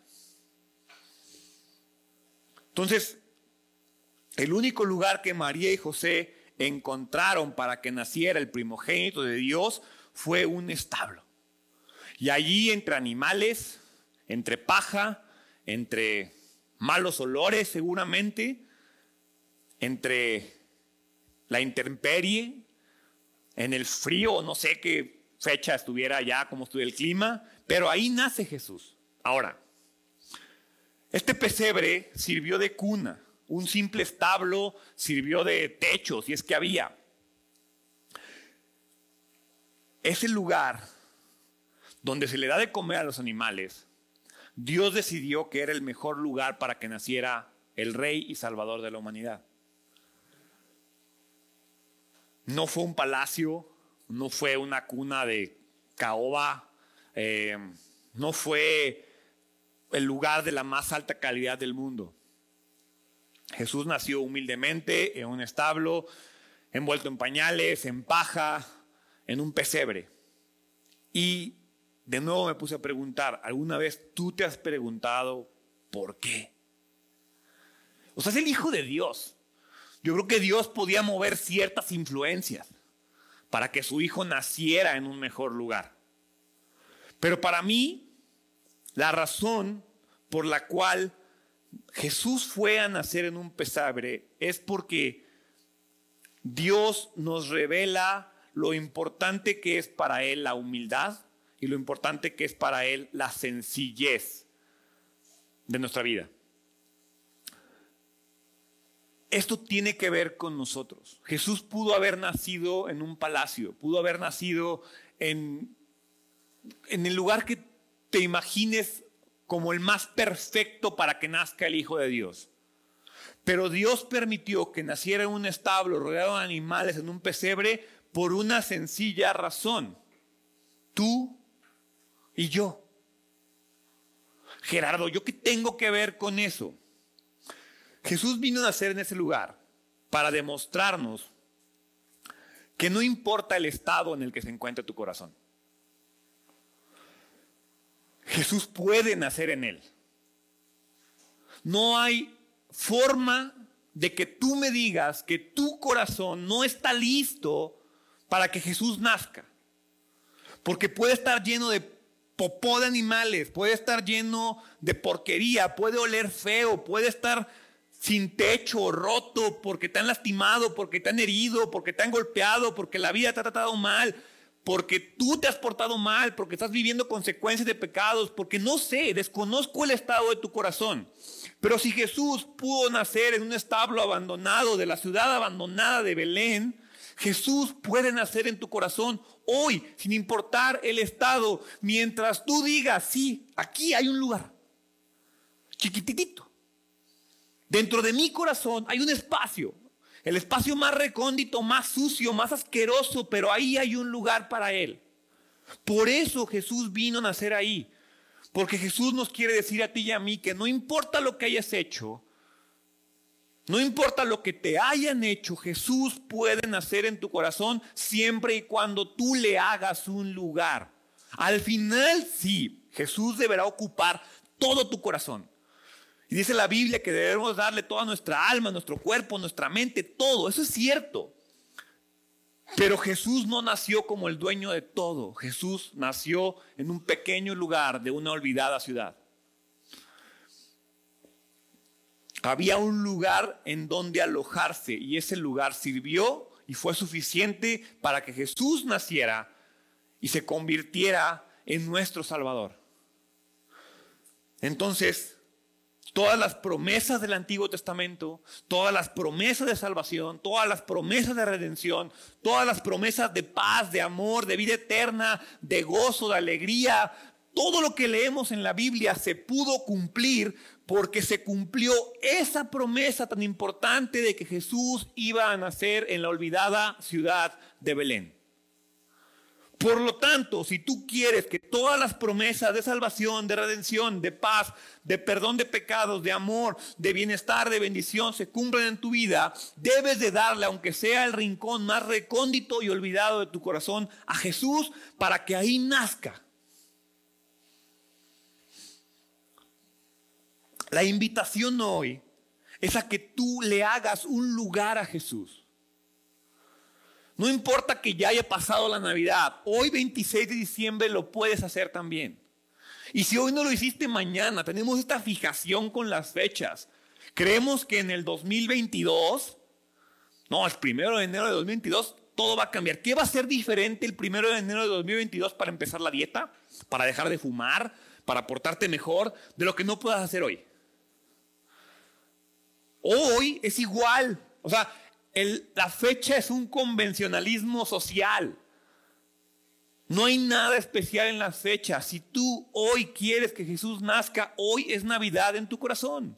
Entonces, el único lugar que María y José encontraron para que naciera el primogénito de Dios fue un establo. Y allí entre animales, entre paja, entre malos olores seguramente, entre la intemperie, en el frío, no sé qué fecha estuviera allá, cómo estuviera el clima, pero ahí nace Jesús. Ahora, este pesebre sirvió de cuna, un simple establo sirvió de techo, si es que había. ese lugar donde se le da de comer a los animales, Dios decidió que era el mejor lugar para que naciera el Rey y Salvador de la humanidad. No fue un palacio, no fue una cuna de caoba, no fue el lugar de la más alta calidad del mundo. Jesús nació humildemente en un establo, envuelto en pañales, en paja, en un pesebre. Y de nuevo me puse a preguntar, ¿alguna vez tú te has preguntado por qué? O sea, es el Hijo de Dios. Yo creo que Dios podía mover ciertas influencias para que su Hijo naciera en un mejor lugar. Pero para mí, la razón por la cual Jesús fue a nacer en un pesebre es porque Dios nos revela lo importante que es para Él la humildad y lo importante que es para Él la sencillez de nuestra vida. Esto tiene que ver con nosotros. Jesús pudo haber nacido en un palacio, pudo haber nacido en el lugar que te imagines como el más perfecto para que nazca el Hijo de Dios. Pero Dios permitió que naciera en un establo rodeado de animales, en un pesebre, por una sencilla razón. Tú y yo. Gerardo, ¿yo qué tengo que ver con eso? Jesús vino a nacer en ese lugar para demostrarnos que no importa el estado en el que se encuentre tu corazón. Jesús puede nacer en él. No hay forma de que tú me digas que tu corazón no está listo para que Jesús nazca. Porque puede estar lleno de popó de animales, puede estar lleno de porquería, puede oler feo, puede estar sin techo, roto, porque te han lastimado, porque te han herido, porque te han golpeado, porque la vida te ha tratado mal, porque tú te has portado mal, porque estás viviendo consecuencias de pecados, porque no sé, desconozco el estado de tu corazón. Pero si Jesús pudo nacer en un establo abandonado de la ciudad abandonada de Belén, Jesús puede nacer en tu corazón hoy, sin importar el estado, mientras tú digas, sí, aquí hay un lugar, chiquititito. Dentro de mi corazón hay un espacio. El espacio más recóndito, más sucio, más asqueroso, pero ahí hay un lugar para Él. Por eso Jesús vino a nacer ahí. Porque Jesús nos quiere decir a ti y a mí que no importa lo que hayas hecho, no importa lo que te hayan hecho, Jesús puede nacer en tu corazón siempre y cuando tú le hagas un lugar. Al final sí, Jesús deberá ocupar todo tu corazón. Y dice la Biblia que debemos darle toda nuestra alma, nuestro cuerpo, nuestra mente, todo. Eso es cierto. Pero Jesús no nació como el dueño de todo. Jesús nació en un pequeño lugar de una olvidada ciudad. Había un lugar en donde alojarse y ese lugar sirvió y fue suficiente para que Jesús naciera y se convirtiera en nuestro Salvador. Entonces, todas las promesas del Antiguo Testamento, todas las promesas de salvación, todas las promesas de redención, todas las promesas de paz, de amor, de vida eterna, de gozo, de alegría, todo lo que leemos en la Biblia se pudo cumplir porque se cumplió esa promesa tan importante de que Jesús iba a nacer en la olvidada ciudad de Belén. Por lo tanto, si tú quieres que todas las promesas de salvación, de redención, de paz, de perdón de pecados, de amor, de bienestar, de bendición se cumplan en tu vida, debes de darle, aunque sea el rincón más recóndito y olvidado de tu corazón, a Jesús para que ahí nazca. La invitación hoy es a que tú le hagas un lugar a Jesús. No importa que ya haya pasado la Navidad, hoy 26 de diciembre lo puedes hacer también. Y si hoy no lo hiciste, mañana. Tenemos esta fijación con las fechas. Creemos que en el 2022, no, el 1 de enero de 2022, todo va a cambiar. ¿Qué va a ser diferente el 1 de enero de 2022 para empezar la dieta? ¿Para dejar de fumar? ¿Para portarte mejor? De lo que no puedas hacer hoy. Hoy es igual. O sea, la fecha es un convencionalismo social. No hay nada especial en las fechas. Si tú hoy quieres que Jesús nazca, hoy es Navidad en tu corazón.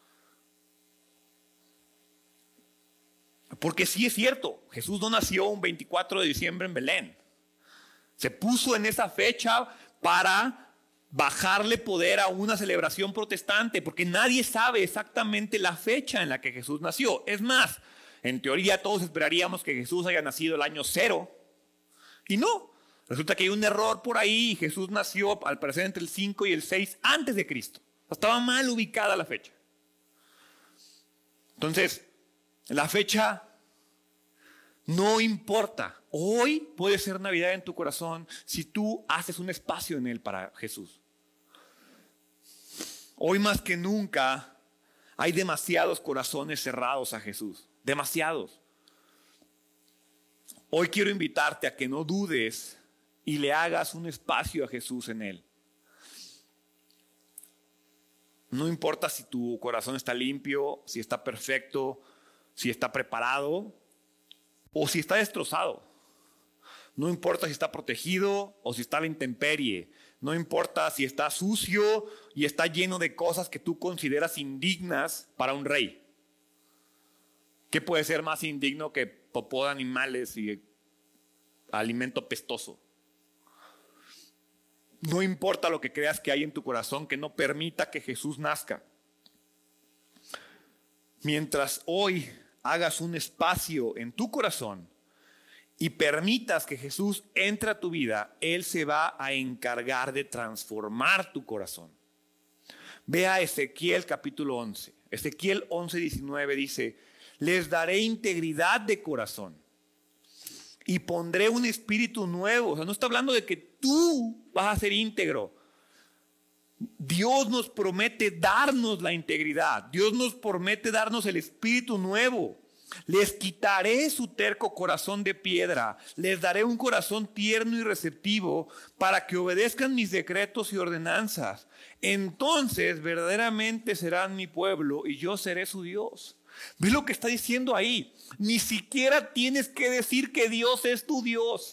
Porque sí es cierto, Jesús no nació un 24 de diciembre en Belén. Se puso en esa fecha para bajarle poder a una celebración protestante, porque nadie sabe exactamente la fecha en la que Jesús nació. Es más, en teoría todos esperaríamos que Jesús haya nacido el año 0, y no. Resulta que hay un error por ahí y Jesús nació al parecer entre el 5 y el 6 antes de Cristo. Estaba mal ubicada la fecha. Entonces, la fecha no importa. Hoy puede ser Navidad en tu corazón si tú haces un espacio en él para Jesús. Hoy más que nunca hay demasiados corazones cerrados a Jesús. Demasiados. Hoy quiero invitarte a que no dudes y le hagas un espacio a Jesús en él. No importa si tu corazón está limpio, si está perfecto, si está preparado o si está destrozado. No importa si está protegido o si está a la intemperie. No importa si está sucio y está lleno de cosas que tú consideras indignas para un rey. ¿Qué puede ser más indigno que popó de animales y alimento pestoso? No importa lo que creas que hay en tu corazón que no permita que Jesús nazca. Mientras hoy hagas un espacio en tu corazón y permitas que Jesús entre a tu vida, Él se va a encargar de transformar tu corazón. Ve a Ezequiel capítulo 11. Ezequiel 11:19 dice: les daré integridad de corazón y pondré un espíritu nuevo. O sea, no está hablando de que tú vas a ser íntegro. Dios nos promete darnos la integridad. Dios nos promete darnos el espíritu nuevo. Les quitaré su terco corazón de piedra. Les daré un corazón tierno y receptivo para que obedezcan mis decretos y ordenanzas. Entonces verdaderamente serán mi pueblo y yo seré su Dios. ¿Ves lo que está diciendo ahí? Ni siquiera tienes que decir que Dios es tu Dios.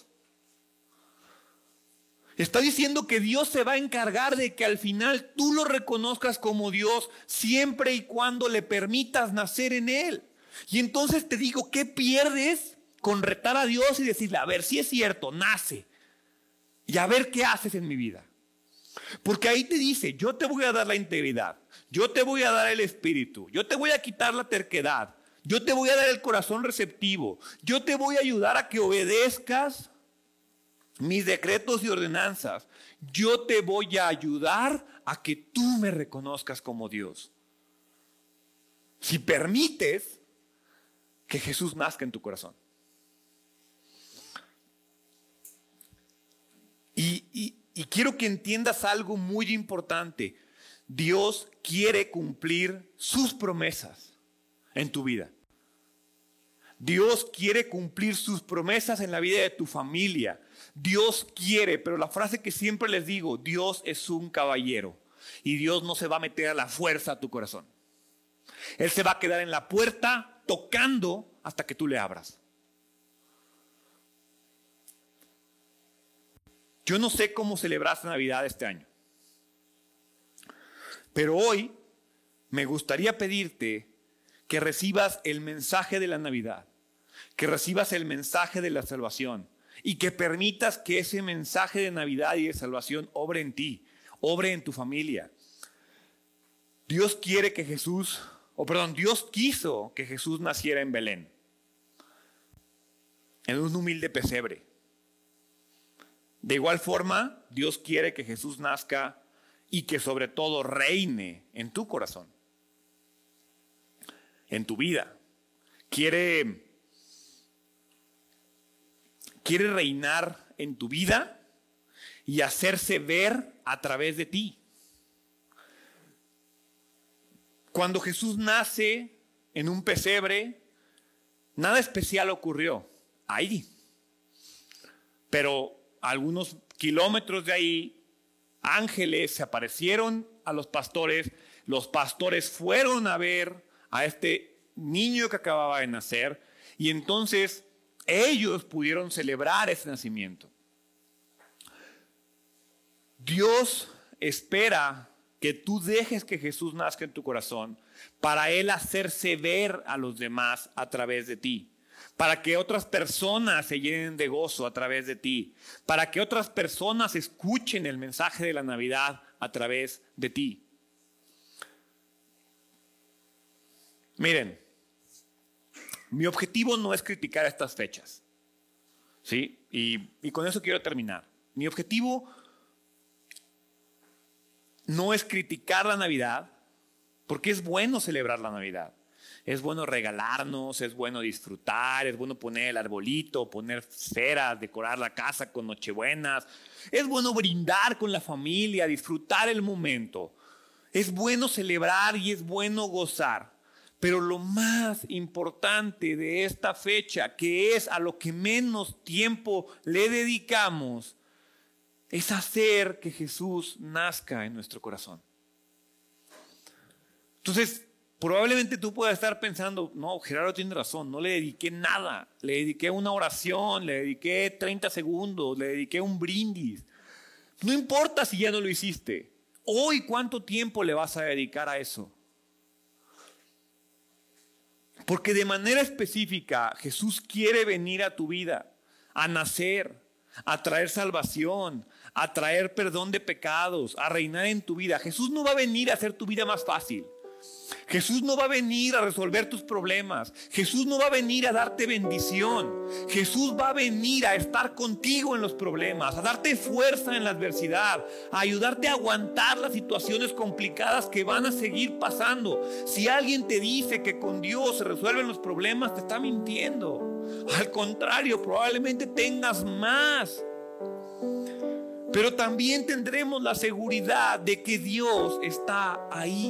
Está diciendo que Dios se va a encargar de que al final tú lo reconozcas como Dios siempre y cuando le permitas nacer en Él. Y entonces te digo, ¿qué pierdes con retar a Dios y decirle, a ver, si es cierto, nace y a ver qué haces en mi vida? Porque ahí te dice, yo te voy a dar la integridad, yo te voy a dar el espíritu, yo te voy a quitar la terquedad, yo te voy a dar el corazón receptivo, yo te voy a ayudar a que obedezcas mis decretos y ordenanzas. Yo te voy a ayudar a que tú me reconozcas como Dios. Si permites que Jesús nazca en tu corazón. Y quiero que entiendas algo muy importante. Dios quiere cumplir sus promesas en tu vida. Dios quiere cumplir sus promesas en la vida de tu familia. Dios quiere, pero la frase que siempre les digo, Dios es un caballero y Dios no se va a meter a la fuerza a tu corazón. Él se va a quedar en la puerta tocando hasta que tú le abras. Yo no sé cómo celebraste Navidad este año, pero hoy me gustaría pedirte que recibas el mensaje de la Navidad, que recibas el mensaje de la salvación y que permitas que ese mensaje de Navidad y de salvación obre en ti, obre en tu familia. Dios quiere que Dios quiso que Jesús naciera en Belén, en un humilde pesebre. De igual forma, Dios quiere que Jesús nazca y que sobre todo reine en tu corazón, en tu vida. Quiere reinar en tu vida y hacerse ver a través de ti. Cuando Jesús nace en un pesebre, nada especial ocurrió ahí. Pero a algunos kilómetros de ahí, ángeles se aparecieron a los pastores fueron a ver a este niño que acababa de nacer y entonces ellos pudieron celebrar ese nacimiento. Dios espera que tú dejes que Jesús nazca en tu corazón para Él hacerse ver a los demás a través de ti, para que otras personas se llenen de gozo a través de ti, para que otras personas escuchen el mensaje de la Navidad a través de ti. Miren, mi objetivo no es criticar estas fechas, ¿sí? Y con eso quiero terminar. Mi objetivo no es criticar la Navidad, porque es bueno celebrar la Navidad. Es bueno regalarnos, es bueno disfrutar, es bueno poner el arbolito, poner ceras, decorar la casa con nochebuenas. Es bueno brindar con la familia, disfrutar el momento. Es bueno celebrar y es bueno gozar. Pero lo más importante de esta fecha, que es a lo que menos tiempo le dedicamos, es hacer que Jesús nazca en nuestro corazón. Entonces, probablemente tú puedas estar pensando, no, Gerardo tiene razón, no le dediqué nada. Le dediqué una oración, le dediqué 30 segundos, le dediqué un brindis. No importa si ya no lo hiciste. Hoy, ¿cuánto tiempo le vas a dedicar a eso? Porque de manera específica, Jesús quiere venir a tu vida, a nacer, a traer salvación, a traer perdón de pecados, a reinar en tu vida. Jesús no va a venir a hacer tu vida más fácil. Jesús no va a venir a resolver tus problemas. Jesús no va a venir a darte bendición. Jesús va a venir a estar contigo en los problemas, a darte fuerza en la adversidad, a ayudarte a aguantar las situaciones complicadas que van a seguir pasando. Si alguien te dice que con Dios se resuelven los problemas, te está mintiendo. Al contrario, probablemente tengas más. Pero también tendremos la seguridad de que Dios está ahí.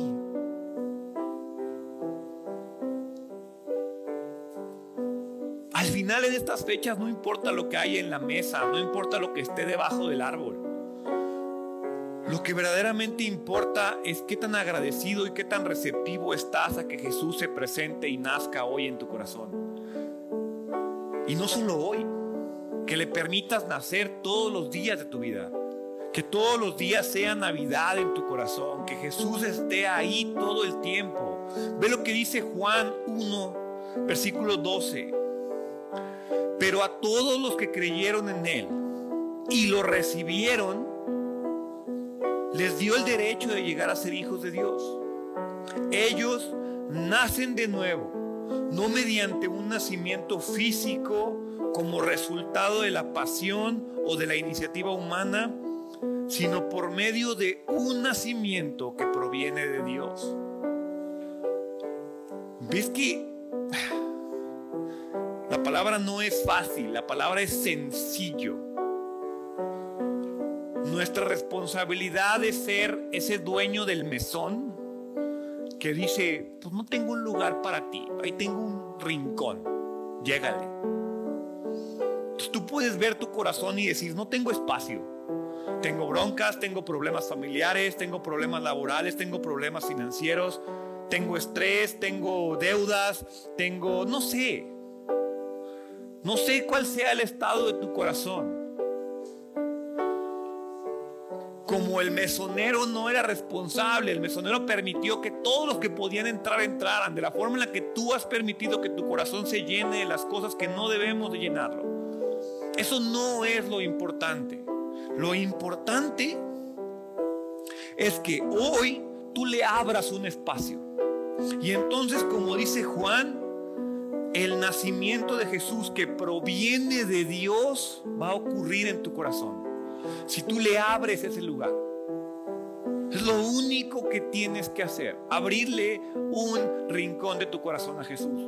Al final, en estas fechas no importa lo que haya en la mesa, no importa lo que esté debajo del árbol. Lo que verdaderamente importa es qué tan agradecido y qué tan receptivo estás a que Jesús se presente y nazca hoy en tu corazón. Y no solo hoy, que le permitas nacer todos los días de tu vida. Que todos los días sea Navidad en tu corazón, que Jesús esté ahí todo el tiempo. Ve lo que dice Juan 1, versículo 12. Pero a todos los que creyeron en Él y lo recibieron, les dio el derecho de llegar a ser hijos de Dios. Ellos nacen de nuevo, no mediante un nacimiento físico como resultado de la pasión o de la iniciativa humana, sino por medio de un nacimiento que proviene de Dios. ¿Ves que la palabra no es fácil, la palabra es sencillo? Nuestra responsabilidad es ser ese dueño del mesón que dice, pues no tengo un lugar para ti, ahí tengo un rincón, llégale. Entonces tú puedes ver tu corazón y decir, no tengo espacio, tengo broncas, tengo problemas familiares, tengo problemas laborales, tengo problemas financieros, tengo estrés, tengo deudas, tengo, no sé cuál sea el estado de tu corazón. Como el mesonero no era responsable, el mesonero permitió que todos los que podían entrar, entraran. De la forma en la que tú has permitido que tu corazón se llene de las cosas que no debemos de llenarlo. Eso no es lo importante. Lo importante es que hoy tú le abras un espacio. Y entonces, como dice Juan, el nacimiento de Jesús que proviene de Dios va a ocurrir en tu corazón. Si tú le abres ese lugar, es lo único que tienes que hacer, abrirle un rincón de tu corazón a Jesús.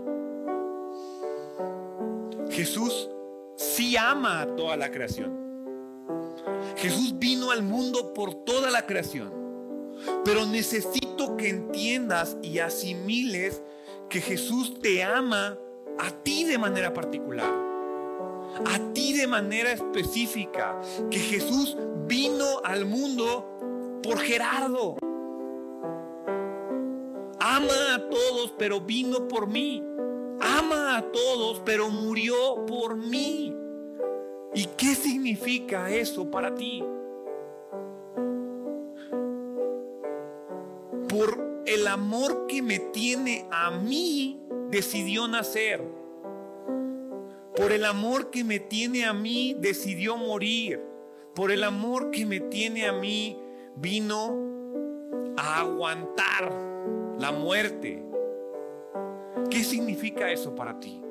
Jesús sí ama a toda la creación. Jesús vino al mundo por toda la creación, pero necesito que entiendas y asimiles que Jesús te ama a ti de manera particular, a ti de manera específica, que Jesús vino al mundo por Gerardo. Ama a todos, pero vino por mí. Ama a todos, pero murió por mí. ¿Y qué significa eso para ti? por el amor que me tiene a mí, decidió nacer. Por el amor que me tiene a mí, decidió morir. Por el amor que me tiene a mí, vino a aguantar la muerte. ¿Qué significa eso para ti?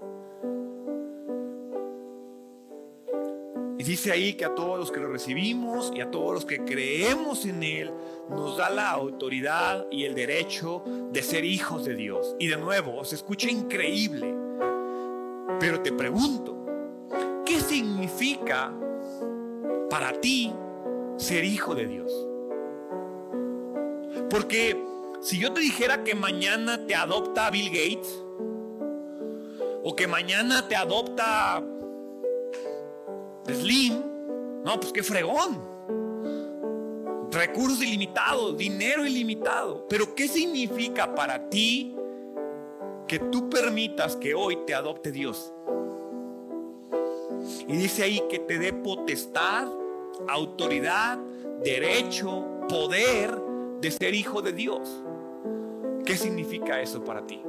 Y dice ahí que a todos los que lo recibimos y a todos los que creemos en Él, nos da la autoridad y el derecho de ser hijos de Dios. Y de nuevo, se escucha increíble, pero te pregunto, ¿qué significa para ti ser hijo de Dios? Porque si yo te dijera que mañana te adopta Bill Gates, o que mañana te adopta Slim, no, pues qué fregón. Recursos ilimitados, dinero ilimitado. Pero ¿qué significa para ti que tú permitas que hoy te adopte Dios? Y dice ahí que te dé potestad, autoridad, derecho, poder de ser hijo de Dios. ¿Qué significa eso para ti?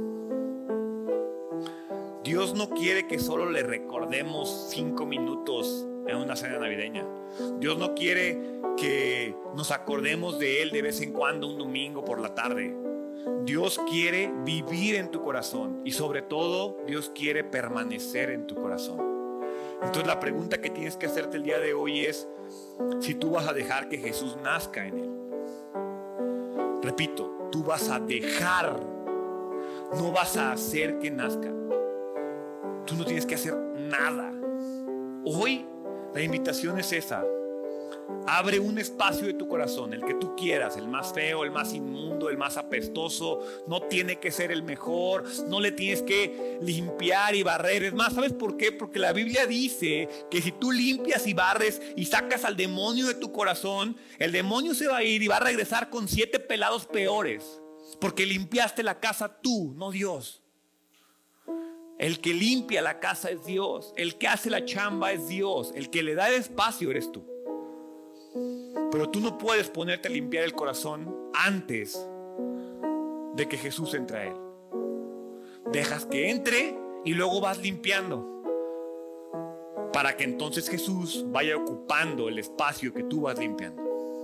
Dios no quiere que solo le recordemos 5 minutos en una cena navideña. Dios no quiere que nos acordemos de Él de vez en cuando, un domingo por la tarde. Dios quiere vivir en tu corazón y sobre todo Dios quiere permanecer en tu corazón. Entonces la pregunta que tienes que hacerte el día de hoy es si tú vas a dejar que Jesús nazca en Él. Repito, tú vas a dejar, no vas a hacer que nazca. Tú no tienes que hacer nada. Hoy la invitación es esa. Abre un espacio de tu corazón, el que tú quieras, el más feo, el más inmundo, el más apestoso. No tiene que ser el mejor, no le tienes que limpiar y barrer. Es más, ¿sabes por qué? Porque la Biblia dice que si tú limpias y barres y sacas al demonio de tu corazón, el demonio se va a ir y va a regresar con 7 pelados peores. Porque limpiaste la casa tú, no Dios. El que limpia la casa es Dios. El que hace la chamba es Dios. El que le da el espacio eres tú. Pero tú no puedes ponerte a limpiar el corazón antes de que Jesús entre a él. Dejas que entre y luego vas limpiando, para que entonces Jesús vaya ocupando el espacio que tú vas limpiando.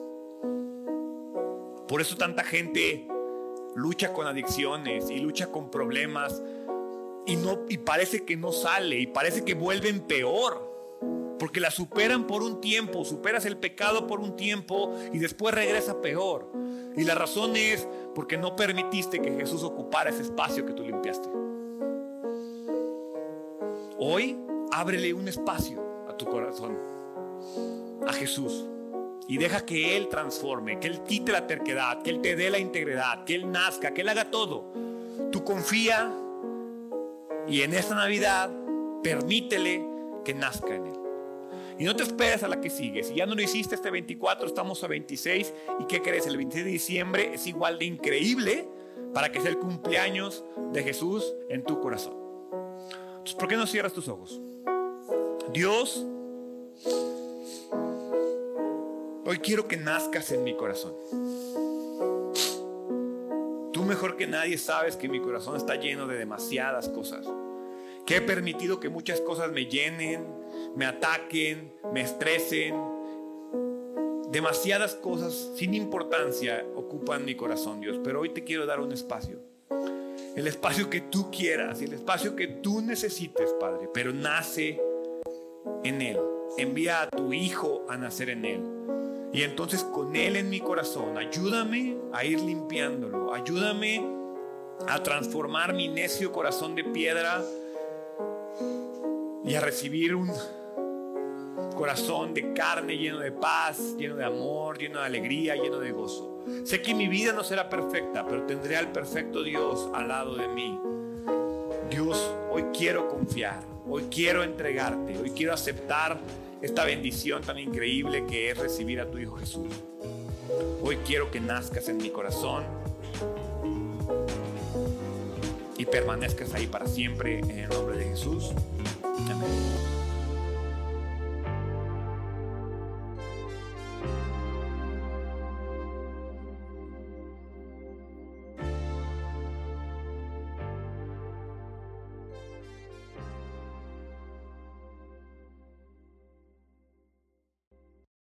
Por eso tanta gente lucha con adicciones y lucha con problemas y parece que no sale y parece que vuelven peor. Porque la superan por un tiempo, superas el pecado por un tiempo y después regresa peor. Y la razón es porque no permitiste que Jesús ocupara ese espacio que tú limpiaste. Hoy, ábrele un espacio a tu corazón, a Jesús. Y deja que Él transforme, que Él quite la terquedad, que Él te dé la integridad, que Él nazca, que Él haga todo. Tú confía y en esta Navidad permítele que nazca en Él. Y no te esperes a la que sigue. Si ya no lo hiciste este 24, estamos a 26. ¿Y qué crees? El 26 de diciembre es igual de increíble para que sea el cumpleaños de Jesús en tu corazón. Entonces, ¿por qué no cierras tus ojos? Dios, hoy quiero que nazcas en mi corazón. Tú mejor que nadie sabes que mi corazón está lleno de demasiadas cosas. Que he permitido que muchas cosas me llenen, me ataquen, me estresen. Demasiadas cosas sin importancia ocupan mi corazón, Dios. Pero hoy te quiero dar un espacio. El espacio que tú quieras, el espacio que tú necesites, Padre. Pero nace en Él. Envía a tu Hijo a nacer en Él. Y entonces con Él en mi corazón, ayúdame a ir limpiándolo. Ayúdame a transformar mi necio corazón de piedra y a recibir un corazón de carne lleno de paz, lleno de amor, lleno de alegría, lleno de gozo. Sé que mi vida no será perfecta, pero tendré al perfecto Dios al lado de mí. Dios, hoy quiero confiar, hoy quiero entregarte, hoy quiero aceptar esta bendición tan increíble que es recibir a tu Hijo Jesús. Hoy quiero que nazcas en mi corazón y permanezcas ahí para siempre en el nombre de Jesús. Amén.